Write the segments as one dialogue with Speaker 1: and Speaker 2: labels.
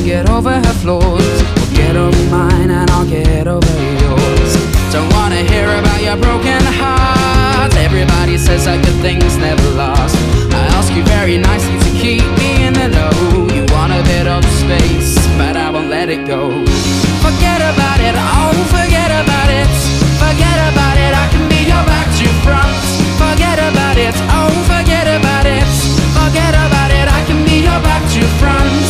Speaker 1: get over her flaws. Well, get over mine and I'll get over yours. Don't wanna hear about your broken heart. Everybody says that good things never last. I ask you very nicely to keep me in the know. You want a bit of space, but I won't let it go. Forget about it, oh forget about it. Forget about it, I can be your back to front. Forget about it, oh forget about it. Forget about it, I can be your back to front.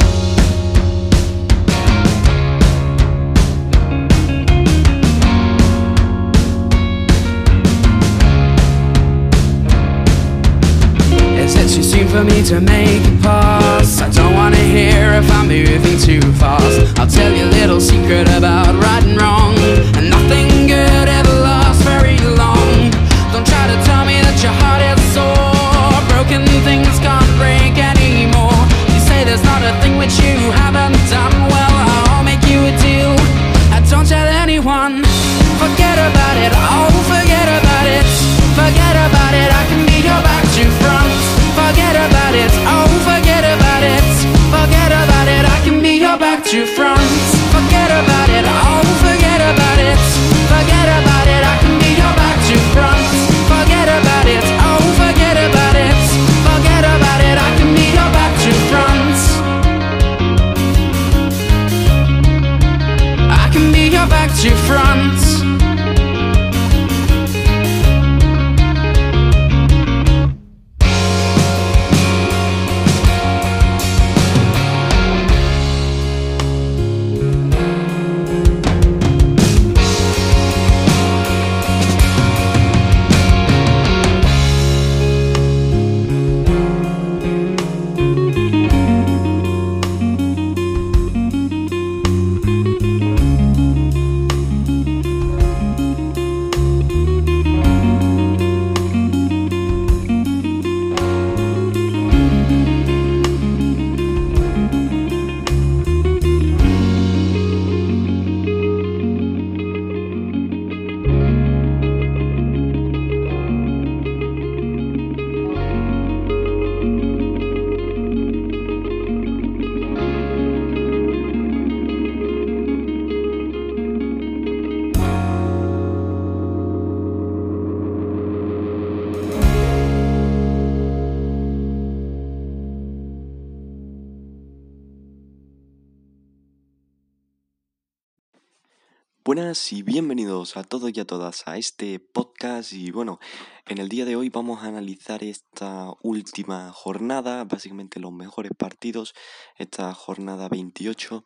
Speaker 1: Is it too soon for me to make a pass? I don't wanna hear if I'm moving too fast. I'll tell you a little secret about right and wrong. And nothing good ever lasts very long. Don't try to tell me that your heart is sore. Broken things can't break anymore. You say there's not a thing which you haven't done. Well, I'll make you a deal. Don't tell anyone. Forget about it, oh forget about it. Forget about it, I can be your back to front. Forget about it, oh forget about it. Forget about it, I can be your back to front. Forget about it, oh forget about it. Forget about it, I can be your back to front. Forget about it, oh forget about it. Forget about it, I can be your back to front. I can be your back to front.
Speaker 2: Buenas y bienvenidos a todos y a todas a este podcast. Y bueno, en el día de hoy vamos a analizar esta última jornada, básicamente los mejores partidos, esta jornada 28,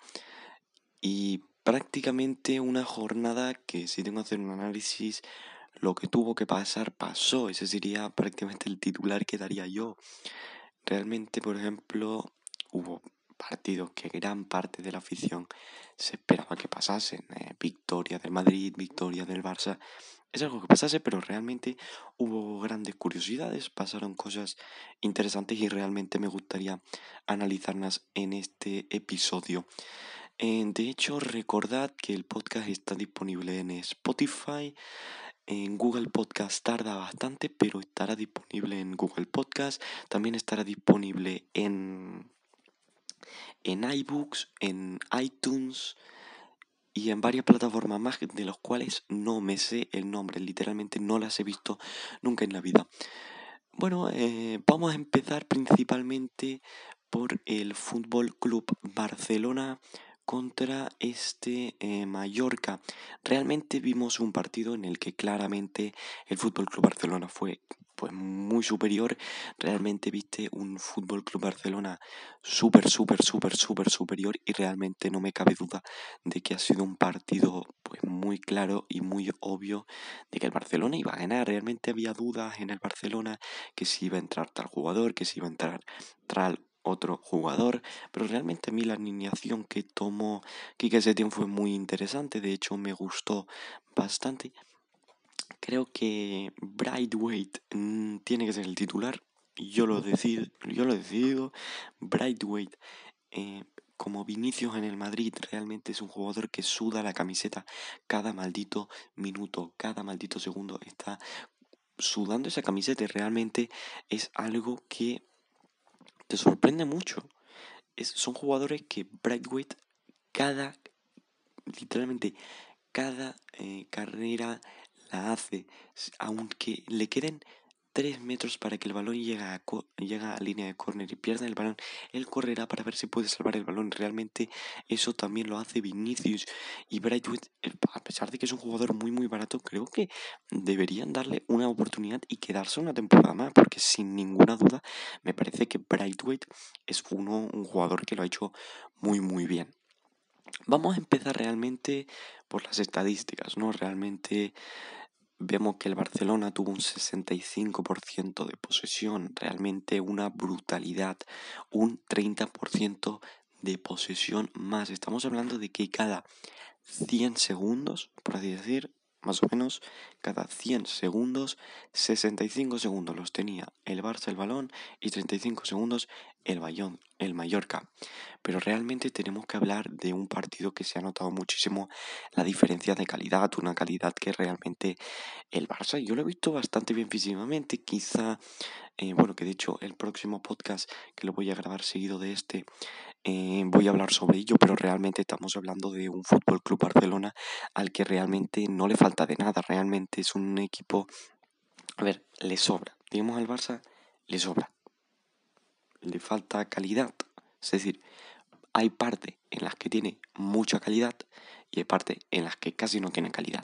Speaker 2: y prácticamente una jornada que, si tengo que hacer un análisis, lo que tuvo que pasar pasó. Ese sería prácticamente el titular que daría yo. Realmente, por ejemplo, hubo partidos que gran parte de la afición se esperaba que pasasen. Victoria del Madrid, victoria del Barça. Es algo que pasase, pero realmente hubo grandes curiosidades, pasaron cosas interesantes y realmente me gustaría analizarlas en este episodio. De hecho, recordad que el podcast está disponible en Spotify. En Google Podcast tarda bastante, pero estará disponible en Google Podcast. También estará disponible en iBooks, en iTunes y en varias plataformas más, de las cuales no me sé el nombre. Literalmente no las he visto nunca en la vida. Bueno, vamos a empezar principalmente por el Fútbol Club Barcelona contra Mallorca. Realmente vimos un partido en el que claramente el Fútbol Club Barcelona fue pues muy superior. Realmente viste un Fútbol Club Barcelona súper superior, y realmente no me cabe duda de que ha sido un partido pues muy claro y muy obvio de que el Barcelona iba a ganar. Realmente había dudas en el Barcelona que si iba a entrar tal jugador, que si iba a entrar tal otro jugador, pero realmente a mí la alineación que tomó Quique Setién fue muy interesante. De hecho, me gustó bastante. Creo que Braithwaite tiene que ser el titular. Yo lo he decidido. Braithwaite, como Vinicius en el Madrid, realmente es un jugador que suda la camiseta cada maldito minuto, cada maldito segundo. Está sudando esa camiseta y realmente es algo que te sorprende mucho. son jugadores que Braithwaite literalmente cada carrera la hace, aunque le queden 3 metros para que el balón llegue a línea de córner y pierda el balón, él correrá para ver si puede salvar el balón. Realmente eso también lo hace Vinicius y Braithwaite. A pesar de que es un jugador muy muy barato, creo que deberían darle una oportunidad y quedarse una temporada más, porque sin ninguna duda me parece que Braithwaite es un jugador que lo ha hecho muy muy bien. Vamos a empezar realmente por las estadísticas, ¿no? Realmente vemos que el Barcelona tuvo un 65% de posesión, realmente una brutalidad, un 30% de posesión más. Estamos hablando de que cada 100 segundos, por así decir, más o menos, cada 100 segundos, 65 segundos los tenía el Barça el balón y 35 segundos el Mallorca. Pero realmente tenemos que hablar de un partido que se ha notado muchísimo la diferencia de calidad, una calidad que realmente el Barça, yo lo he visto bastante bien físicamente, quizá, bueno, que de hecho el próximo podcast que lo voy a grabar seguido de este, voy a hablar sobre ello, pero realmente estamos hablando de un Fútbol Club Barcelona al que realmente no le falta de nada, realmente es un equipo, a ver, le sobra, digamos al Barça, le sobra, le falta calidad, es decir, hay parte en las que tiene mucha calidad y hay parte en las que casi no tiene calidad.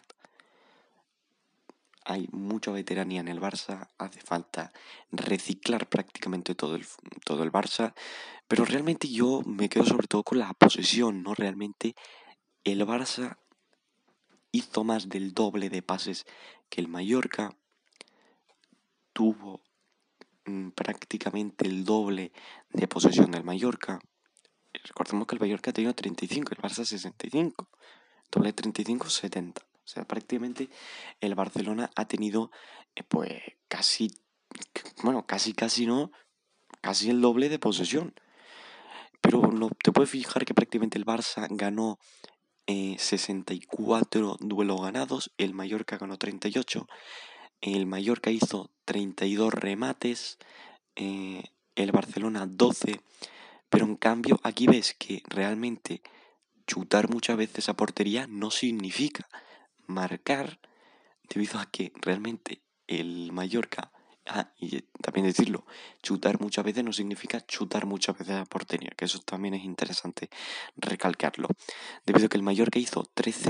Speaker 2: Hay mucha veteranía en el Barça, hace falta reciclar prácticamente todo el Barça, pero realmente yo me quedo sobre todo con la posesión, ¿no? Realmente el Barça hizo más del doble de pases que el Mallorca, tuvo prácticamente el doble de posesión del Mallorca. Recordemos que el Mallorca ha tenido 35, el Barça 65, doble de 35, 70. O sea, prácticamente el Barcelona ha tenido pues casi el doble de posesión. Pero no te puedes fijar que prácticamente el Barça ganó 64 duelos ganados, el Mallorca ganó 38, el Mallorca hizo 32 remates, el Barcelona 12, pero en cambio aquí ves que realmente chutar muchas veces a portería no significa marcar, debido a que realmente el Mallorca, y también decirlo, chutar muchas veces no significa chutar muchas veces a portería, que eso también es interesante recalcarlo, debido a que el Mallorca hizo 13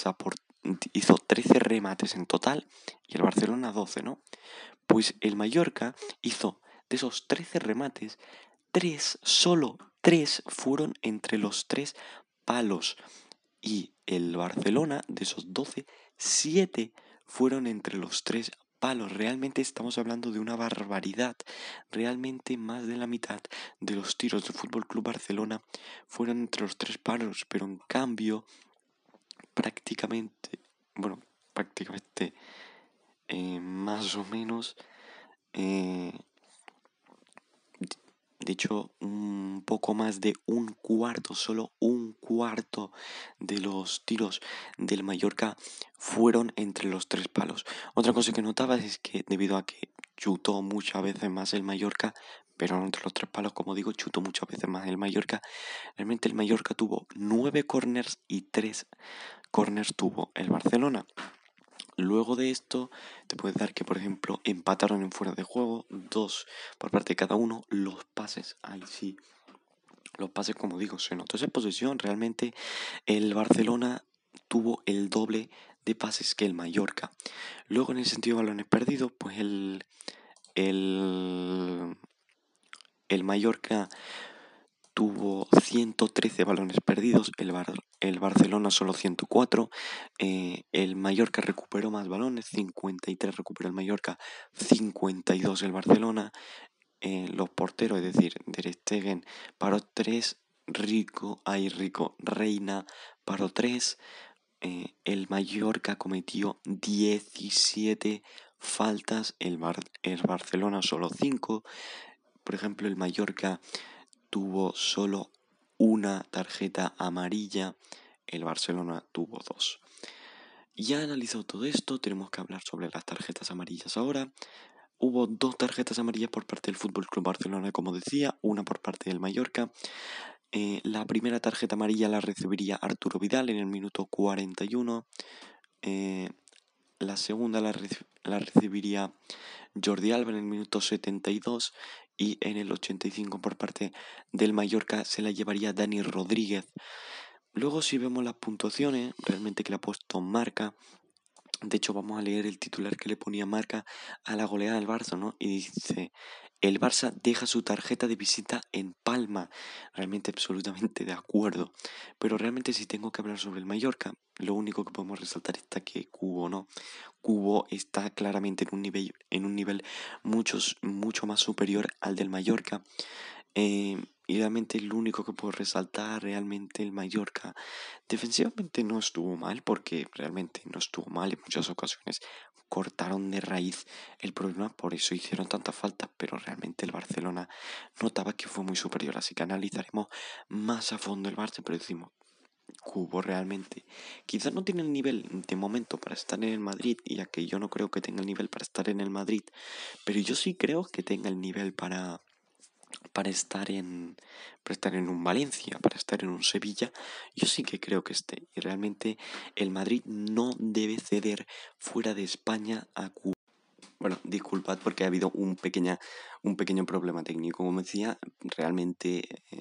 Speaker 2: remates en total y el Barcelona 12, ¿no? Pues el Mallorca hizo de esos 13 remates, solo 3 fueron entre los 3 palos. Y el Barcelona, de esos 12, 7 fueron entre los 3 palos. Realmente estamos hablando de una barbaridad. Realmente más de la mitad de los tiros del Fútbol Club Barcelona fueron entre los 3 palos. Pero en cambio, prácticamente, más o menos, de hecho, un poco más de un cuarto, solo un cuarto de los tiros del Mallorca fueron entre los 3 palos. Otra cosa que notabas es que debido a que chutó muchas veces más el Mallorca, pero no entre los 3 palos, como digo, chutó muchas veces más el Mallorca. Realmente el Mallorca tuvo 9 corners y 3 corners tuvo el Barcelona. Luego de esto, te puedes dar que, por ejemplo, empataron en fuera de juego, 2 por parte de cada uno. Los pases, ahí sí, los pases, como digo, se notó esa posesión. Realmente el Barcelona tuvo el doble de pases que el Mallorca. Luego, en el sentido de balones perdidos, pues el Mallorca tuvo 113 balones perdidos, el Barcelona solo 104, el Mallorca recuperó más balones, 53 recuperó el Mallorca, 52 el Barcelona, los porteros, es decir, Ter Stegen paró 3, Reina paró 3, el Mallorca cometió 17 faltas, el Barcelona solo 5, por ejemplo el Mallorca tuvo solo una tarjeta amarilla, el Barcelona tuvo 2. Ya analizado todo esto, tenemos que hablar sobre las tarjetas amarillas ahora. Hubo 2 tarjetas amarillas por parte del Fútbol Club Barcelona, como decía, una por parte del Mallorca. La primera tarjeta amarilla la recibiría Arturo Vidal en el minuto 41. La segunda la recibiría Jordi Alba en el minuto 72 y en el 85 por parte del Mallorca se la llevaría Dani Rodríguez. Luego si vemos las puntuaciones, realmente que le ha puesto Marca. De hecho, vamos a leer el titular que le ponía Marca a la goleada del Barça, ¿no? Y dice, el Barça deja su tarjeta de visita en Palma. Realmente absolutamente de acuerdo. Pero realmente si tengo que hablar sobre el Mallorca, lo único que podemos resaltar está que Cubo, ¿no? Cubo está claramente en un nivel mucho más superior al del Mallorca. Y realmente lo único que puedo resaltar, realmente el Mallorca defensivamente no estuvo mal, porque realmente no estuvo mal en muchas ocasiones. Cortaron de raíz el problema, por eso hicieron tantas faltas, pero realmente el Barcelona notaba que fue muy superior, así que analizaremos más a fondo el Barça, pero decimos, Cubo realmente quizás no tiene el nivel de momento para estar en el Madrid, ya que yo no creo que tenga el nivel para estar en el Madrid, pero yo sí creo que tenga el nivel para estar en un Valencia, para estar en un Sevilla, yo sí que creo que esté. Y realmente el Madrid no debe ceder fuera de España a Cuba. Bueno, disculpad porque ha habido un pequeño problema técnico. Como decía, realmente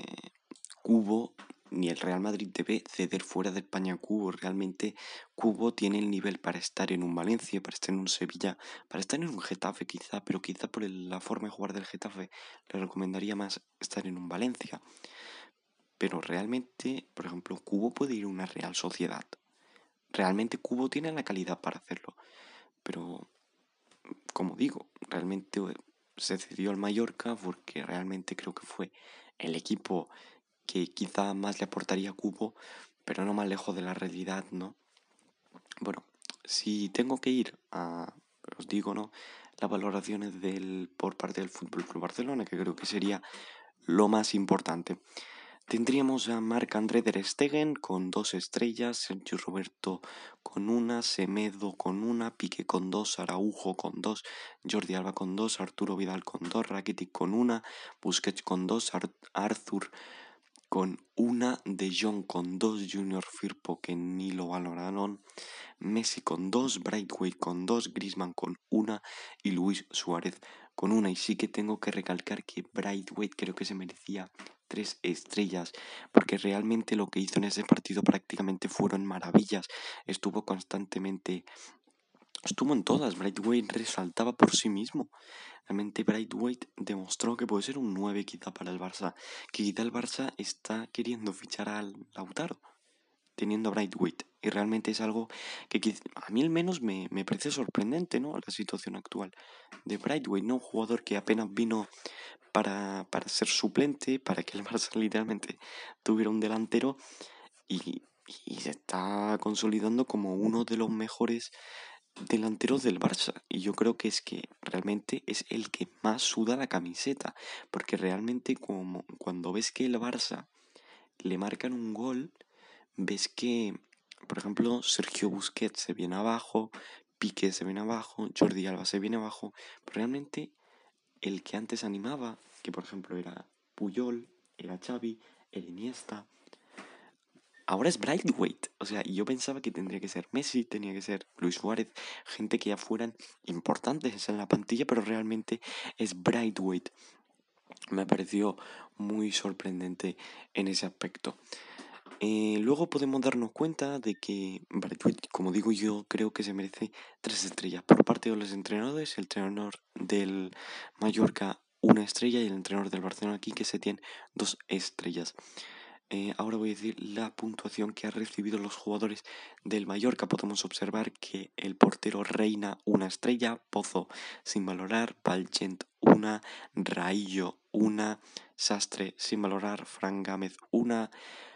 Speaker 2: Cubo ni el Real Madrid debe ceder fuera de España a Cubo. Realmente Cubo tiene el nivel para estar en un Valencia, para estar en un Sevilla, para estar en un Getafe quizá, pero quizá por la forma de jugar del Getafe le recomendaría más estar en un Valencia. Pero realmente, por ejemplo, Cubo puede ir a una Real Sociedad. Realmente Cubo tiene la calidad para hacerlo. Pero, como digo, realmente se cedió al Mallorca porque realmente creo que fue el equipo que quizá más le aportaría a Cubo, pero no más lejos de la realidad, ¿no? Bueno, si tengo que ir a, os digo, ¿no? Las valoraciones por parte del Fútbol Club Barcelona, que creo que sería lo más importante. Tendríamos a Marc-André ter Stegen con 2 estrellas, Sergio Roberto con 1, Semedo con 1, Piqué con 2, Araujo con 2, Jordi Alba con 2, Arturo Vidal con 2, Rakitic con 1, Busquets con 2, Arthur con 1, De Jong con 2, Junior Firpo que ni lo valoraron, Messi con 2, Braithwaite con 2, Griezmann con 1 y Luis Suárez con 1. Y sí que tengo que recalcar que Braithwaite creo que se merecía 3 estrellas, porque realmente lo que hizo en ese partido prácticamente fueron maravillas. Estuvo en todas. Braithwaite resaltaba por sí mismo. Realmente Braithwaite demostró que puede ser un 9 quizá para el Barça, que quizá el Barça está queriendo fichar al Lautaro teniendo a Braithwaite, y realmente es algo que a mí al menos me parece sorprendente, ¿no? La situación actual de Braithwaite, ¿no? Un jugador que apenas vino para ser suplente, para que el Barça literalmente tuviera un delantero, y se está consolidando como uno de los mejores delanteros del Barça, y yo creo que realmente es el que más suda la camiseta, porque realmente como cuando ves que el Barça le marcan un gol, ves que, por ejemplo, Sergio Busquets se viene abajo, Piqué se viene abajo, Jordi Alba se viene abajo, pero realmente el que antes animaba, que por ejemplo era Puyol, era Xavi, era Iniesta, ahora es Braithwaite. O sea, yo pensaba que tendría que ser Messi, tenía que ser Luis Suárez, gente que ya fueran importantes en la plantilla, pero realmente es Braithwaite. Me pareció muy sorprendente en ese aspecto. Luego podemos darnos cuenta de que Braithwaite, como digo yo, creo que se merece 3 estrellas. Por parte de los entrenadores, el entrenador del Mallorca 1 estrella y el entrenador del Barcelona aquí que se tiene 2 estrellas. Ahora voy a decir la puntuación que han recibido los jugadores del Mallorca. Podemos observar que el portero Reina 1 estrella, Pozo sin valorar, Valgent 1, Raillo 1, Sastre sin valorar, Fran Gámez 1,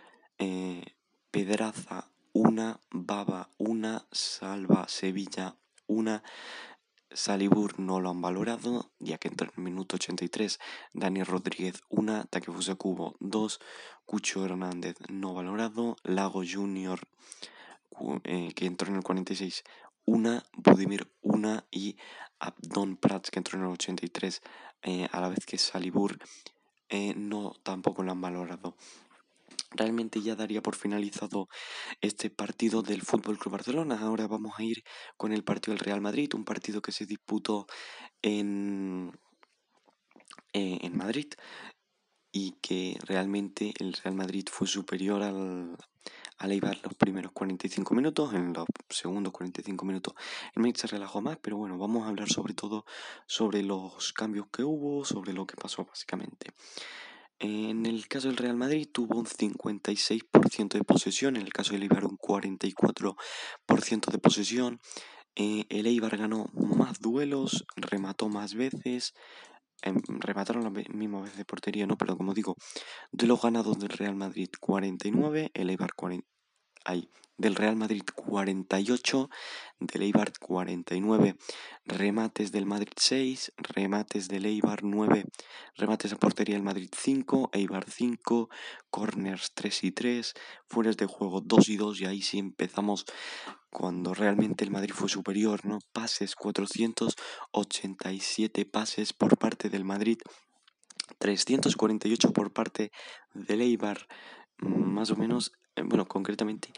Speaker 2: Pedraza 1, Baba 1, Salva Sevilla 1, Salibur no lo han valorado, ya que entró en el minuto 83, Dani Rodríguez 1, Takefusa Kubo 2, Cucho Hernández no valorado, Lago Junior que entró en el 46 una, Budimir una y Abdon Prats, que entró en el 83, a la vez que Salibur, no, tampoco lo han valorado. Realmente ya daría por finalizado este partido del Fútbol Club Barcelona. Ahora vamos a ir con el partido del Real Madrid, un partido que se disputó en Madrid y que realmente el Real Madrid fue superior al Eibar los primeros 45 minutos. En los segundos 45 minutos el Madrid se relajó más, pero bueno, vamos a hablar sobre todo sobre los cambios que hubo, sobre lo que pasó básicamente. En el caso del Real Madrid tuvo un 56% de posesión, en el caso del Eibar un 44% de posesión. El Eibar ganó más duelos, remató más veces, remataron las mismas veces de portería, no, pero como digo, duelos ganados del Real Madrid 49, el Eibar 40, del Real Madrid 48, del Eibar 49, remates del Madrid 6, remates del Eibar 9, remates a portería del Madrid 5, Eibar 5, corners 3 y 3, fueras de juego 2 y 2, y ahí sí empezamos cuando realmente el Madrid fue superior, ¿no? Pases, 487 pases por parte del Madrid, 348 por parte del Eibar, más o menos, bueno, concretamente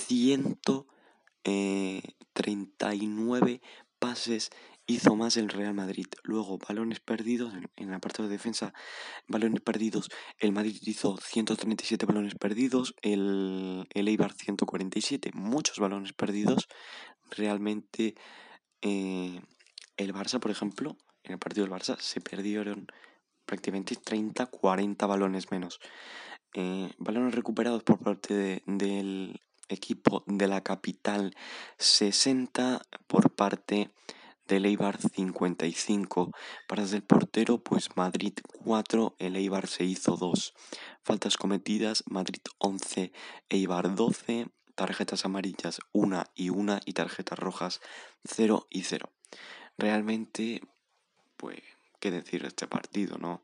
Speaker 2: 139 pases hizo más el Real Madrid. Luego, balones perdidos, en la parte de defensa, balones perdidos, el Madrid hizo 137 balones perdidos, el Eibar 147, muchos balones perdidos. Realmente, el Barça, por ejemplo, en el partido del Barça se perdieron prácticamente 30-40 balones menos. Balones recuperados por parte del equipo de la capital 60, por parte del Eibar 55. Paradas del portero, pues Madrid 4, el Eibar se hizo 2. Faltas cometidas, Madrid 11, Eibar 12. Tarjetas amarillas 1 y 1 y tarjetas rojas 0 y 0. Realmente, pues, ¿qué decir de este partido, no?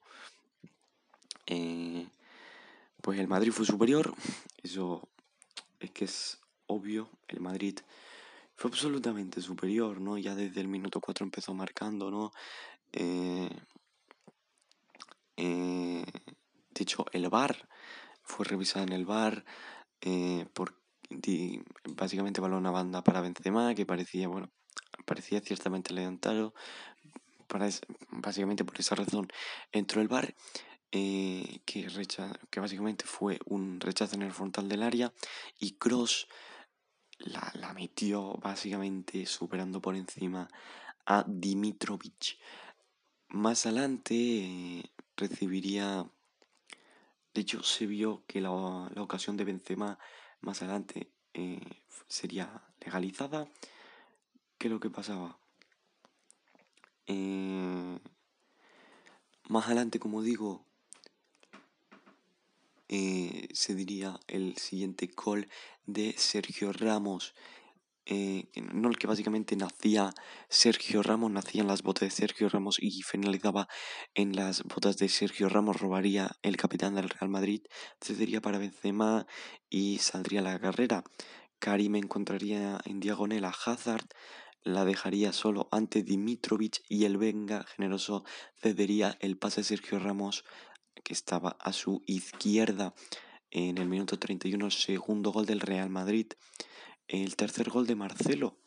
Speaker 2: Pues el Madrid fue superior, eso es que es obvio, el Madrid fue absolutamente superior, ¿no? Ya desde el minuto 4 empezó marcando, ¿no? De hecho, el VAR fue revisado en el VAR, básicamente balón a banda para Benzema, que parecía ciertamente levantado. Básicamente por esa razón entró el VAR, que básicamente fue un rechazo en el frontal del área, y Kroos la metió básicamente superando por encima a Dimitrovic. Más adelante recibiría, de hecho se vio que la ocasión de Benzema más adelante sería legalizada. ¿Qué es lo que pasaba? Más adelante, como digo, se diría el siguiente gol de Sergio Ramos, no el que básicamente nacía Sergio Ramos, nacían las botas de Sergio Ramos y finalizaba en las botas de Sergio Ramos. Robaría el capitán del Real Madrid, cedería para Benzema y saldría a la carrera. Karim encontraría en diagonal a Hazard, la dejaría solo ante Dimitrovic y el Venga generoso cedería el pase de Sergio Ramos, que estaba a su izquierda. En el minuto 31, el segundo gol del Real Madrid. El tercer gol de Marcelo.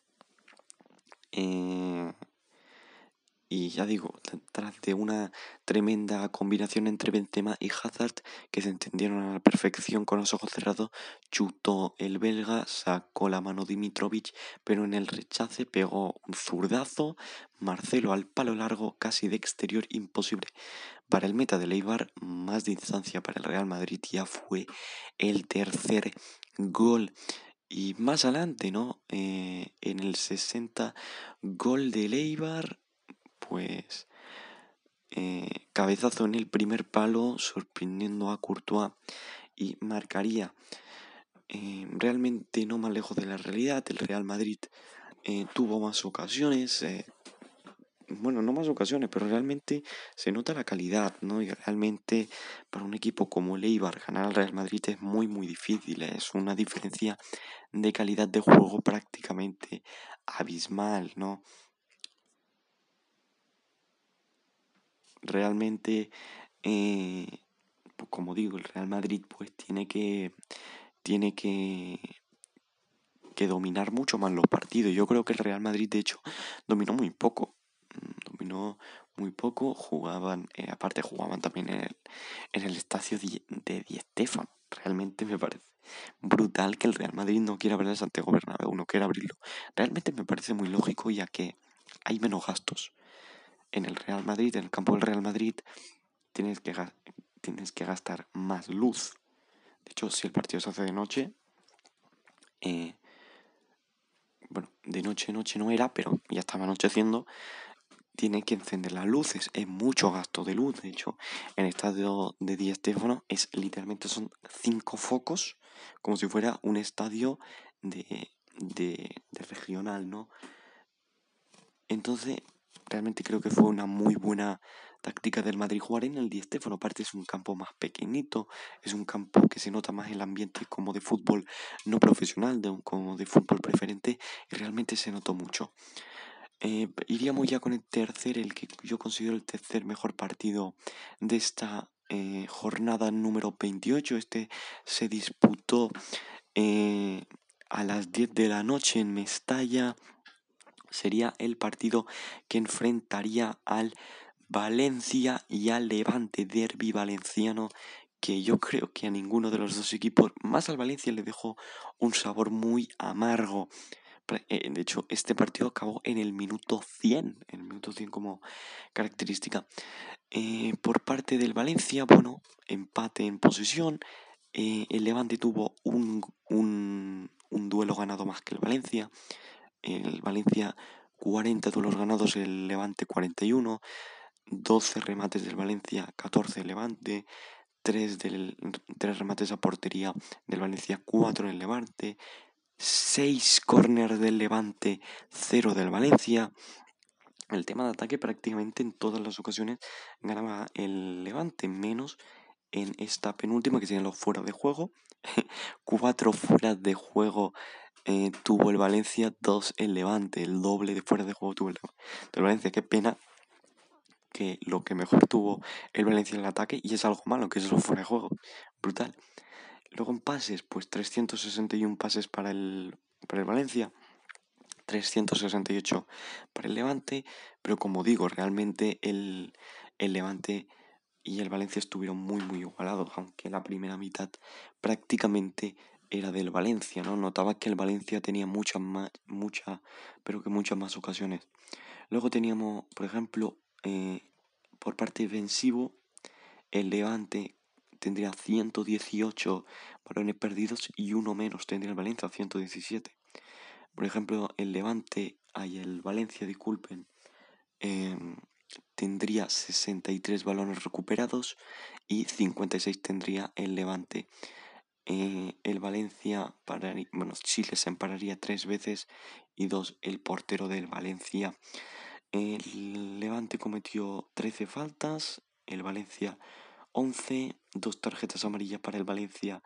Speaker 2: Y ya digo, tras de una tremenda combinación entre Benzema y Hazard, que se entendieron a la perfección con los ojos cerrados, chutó el belga, sacó la mano Dimitrovic, pero en el rechace pegó un zurdazo. Marcelo al palo largo, casi de exterior, imposible para el meta del Eibar, más distancia para el Real Madrid. Ya fue el tercer gol. Y más adelante, ¿no? En el 60, gol del Eibar, pues cabezazo en el primer palo, sorprendiendo a Courtois, y marcaría. Realmente no más lejos de la realidad, el Real Madrid tuvo más ocasiones, bueno, no más ocasiones, pero realmente se nota la calidad, ¿no? Y realmente para un equipo como el Eibar ganar al Real Madrid es muy, muy difícil. Es una diferencia de calidad de juego prácticamente abismal, ¿no? Realmente, eh, pues como digo, el Real Madrid pues tiene que dominar mucho más los partidos. Yo creo que el Real Madrid, de hecho, dominó muy poco. Dominó muy poco, aparte jugaban también en el estadio de Di Stéfano. Realmente me parece brutal que el Real Madrid no quiera abrir el Santiago Bernabéu, no quiera abrirlo. Realmente me parece muy lógico, ya que hay menos gastos. En el Real Madrid, en el campo del Real Madrid, tienes que, tienes que gastar más luz. De hecho, si el partido se hace de noche, eh, bueno, de noche no era, pero ya estaba anocheciendo, tiene que encender las luces, es mucho gasto de luz. De hecho, en el estadio de Di Stéfano literalmente son 5 focos, como si fuera un estadio de regional, ¿no? Entonces, realmente creo que fue una muy buena táctica del Madrid jugar en el Di Stéfano. Aparte es un campo más pequeñito, es un campo que se nota más el ambiente como de fútbol no profesional, como de fútbol preferente, y realmente se notó mucho. Iríamos ya con el que yo considero el tercer mejor partido de esta jornada número 28. Este se disputó a las 10 de la noche en Mestalla. Sería el partido que enfrentaría al Valencia y al Levante, derbi valenciano, que yo creo que a ninguno de los dos equipos, más al Valencia, le dejó un sabor muy amargo. De hecho, este partido acabó en el minuto 100, como característica. Por parte del Valencia, bueno, empate en posesión. El Levante tuvo un duelo ganado más que el Valencia. El Valencia 40 duelos ganados, el Levante 41. 12 remates del Valencia, 14 del Levante. 3 remates a portería del Valencia, 4 en el Levante. 6 córner del Levante, 0 del Valencia. El tema de ataque prácticamente en todas las ocasiones ganaba el Levante, menos en esta penúltima que serían los fuera de juego. 4 fuera de juego tuvo el Valencia, 2 el Levante, el doble de fuera de juego tuvo el Valencia. Qué pena que lo que mejor tuvo el Valencia en el ataque, y es algo malo, que es lo fuera de juego. Brutal. Luego en pases, pues 361 pases para el Valencia, 368 para el Levante, pero como digo, realmente el Levante y el Valencia estuvieron muy muy igualados, aunque la primera mitad prácticamente era del Valencia, ¿no? Notaba que el Valencia tenía muchas más ocasiones. Luego teníamos, por ejemplo, por parte defensivo, el Levante tendría 118 balones perdidos y uno menos tendría el Valencia, 117. Por ejemplo, el Valencia, disculpen, tendría 63 balones recuperados y 56 tendría el Levante. El Valencia sí les empararía 3 veces y 2 el portero del Valencia. El Levante cometió 13 faltas, el Valencia 11, 2 tarjetas amarillas para el Valencia,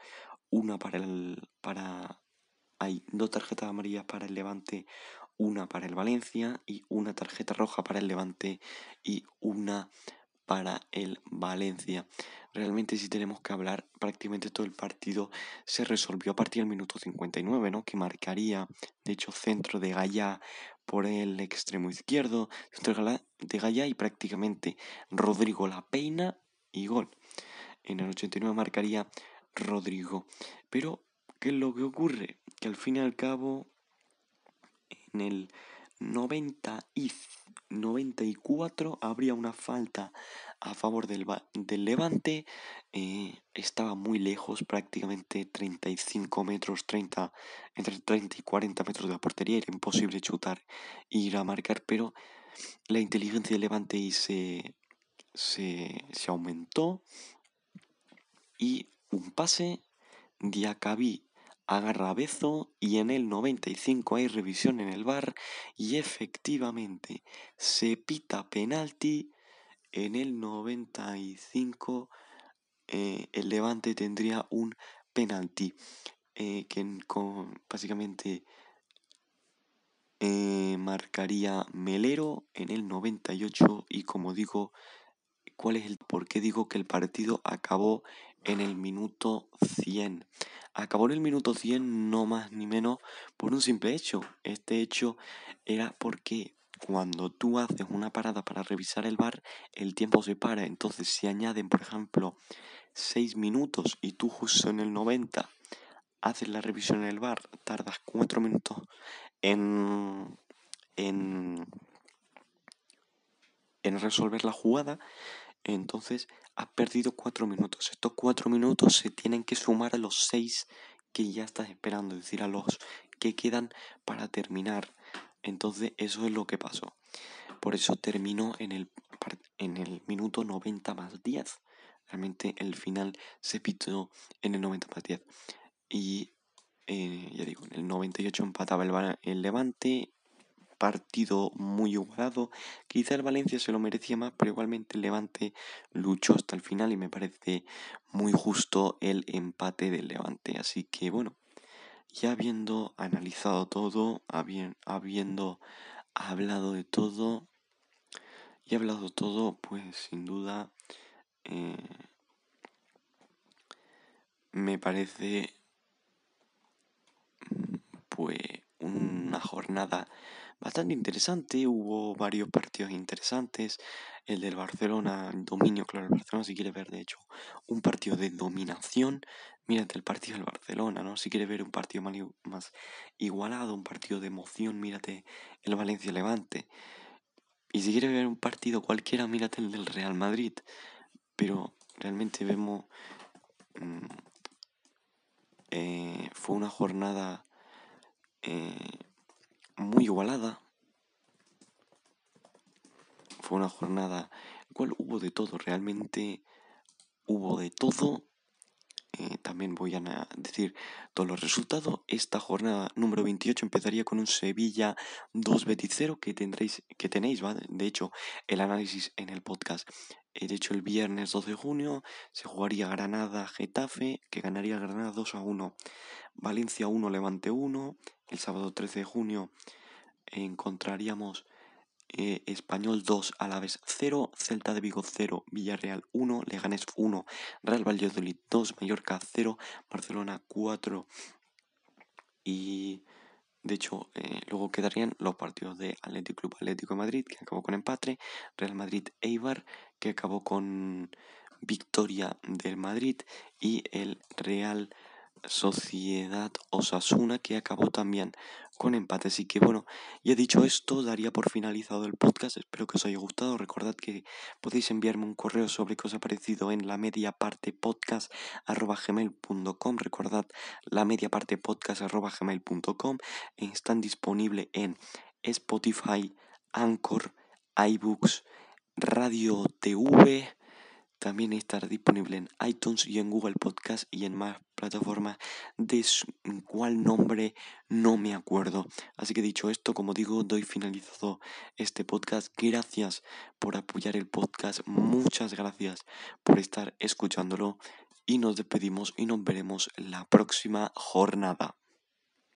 Speaker 2: hay 2 tarjetas amarillas para el Levante, una para el Valencia, y una tarjeta roja para el Levante y una para el Valencia. Realmente, si tenemos que hablar, prácticamente todo el partido se resolvió a partir del minuto 59, ¿no? Que marcaría, de hecho, centro de Gaya por el extremo izquierdo, centro de Gaya y prácticamente Rodrigo la peina y gol. En el 89 marcaría Rodrigo. Pero, ¿qué es lo que ocurre? Que al fin y al cabo, en el 94 habría una falta a favor del Levante. Estaba muy lejos, prácticamente 35 metros, entre 30 y 40 metros de la portería. Era imposible chutar e ir a marcar, pero la inteligencia del Levante se aumentó, y un pase, Diacabí agarra a Bezo y en el 95 hay revisión en el VAR y efectivamente se pita penalti. En el 95 el Levante tendría un penalti básicamente marcaría Melero en el 98 y como digo, ¿por qué digo que el partido acabó en el minuto 100? Acabó en el minuto 100 no más ni menos por un simple hecho. Este hecho era porque cuando tú haces una parada para revisar el VAR, el tiempo se para. Entonces, si añaden, por ejemplo, 6 minutos y tú justo en el 90 haces la revisión en el VAR, tardas 4 minutos en resolver la jugada, entonces has perdido 4 minutos. Estos 4 minutos se tienen que sumar a los 6 que ya estás esperando, es decir, a los que quedan para terminar. Entonces eso es lo que pasó. Por eso terminó en el minuto 90 más 10. Realmente el final se pitó en el 90 más 10. Y ya digo, en el 98 empataba el Levante. Partido muy igualado. Quizá el Valencia se lo merecía más, pero igualmente el Levante luchó hasta el final y me parece muy justo el empate del Levante. Así que bueno, ya habiendo analizado todo, habiendo hablado de todo y hablado todo, pues sin duda me parece pues una jornada bastante interesante. Hubo varios partidos interesantes. El del Barcelona, el dominio, claro, el Barcelona, si quieres ver de hecho un partido de dominación, mírate el partido del Barcelona, ¿no? Si quieres ver un partido más igualado, un partido de emoción, mírate el Valencia-Levante. Y si quieres ver un partido cualquiera, mírate el del Real Madrid. Pero realmente vemos fue una jornada muy igualada. Fue una jornada en la cual hubo de todo, realmente hubo de todo. También voy a decir todos los resultados. Esta jornada número 28 empezaría con un Sevilla 2 Betis 0 que tenéis, ¿vale? De hecho, el análisis en el podcast. De hecho, el viernes 12 de junio se jugaría Granada-Getafe, que ganaría Granada 2-1. Valencia 1, Levante 1. El sábado 13 de junio encontraríamos Español 2, Alavés 0, Celta de Vigo 0, Villarreal 1, Leganés 1, Real Valladolid 2, Mallorca 0, Barcelona 4 y de hecho luego quedarían los partidos de Atlético de Madrid, que acabó con empate, Real Madrid Eibar, que acabó con victoria del Madrid, y el Real Sociedad Osasuna, que acabó también con empate. Así que bueno, ya dicho esto, daría por finalizado el podcast. Espero que os haya gustado. Recordad que podéis enviarme un correo sobre qué os ha parecido en lamediapartepodcast@gmail.com. Recordad, lamediapartepodcast@gmail.com. Están disponibles en Spotify, Anchor, iBooks, Radio TV. También estará disponible en iTunes y en Google Podcast y en más plataformas de cuál nombre no me acuerdo. Así que dicho esto, como digo, doy finalizado este podcast. Gracias por apoyar el podcast. Muchas gracias por estar escuchándolo. Y nos despedimos y nos veremos la próxima jornada.